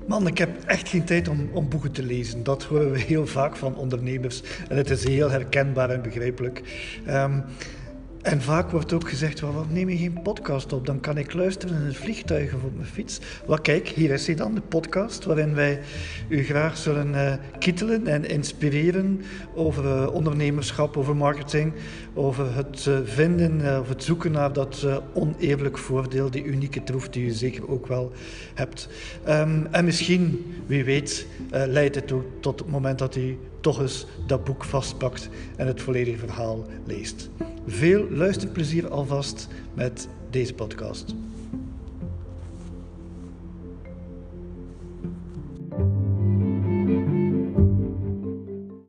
Man, ik heb echt geen tijd om boeken te lezen. Dat horen we heel vaak van ondernemers. En het is heel herkenbaar en begrijpelijk. En vaak wordt ook gezegd, waarom neem je geen podcast op? Dan kan ik luisteren in het vliegtuig of op mijn fiets. Wel kijk, hier is hij dan, de podcast, waarin wij u graag zullen kietelen en inspireren over ondernemerschap, over marketing, over het vinden of het zoeken naar dat oneerlijk voordeel, die unieke troef die u zeker ook wel hebt. En misschien, wie weet, leidt het ook tot het moment dat u toch eens dat boek vastpakt en het volledige verhaal leest. Veel luisterplezier alvast met deze podcast.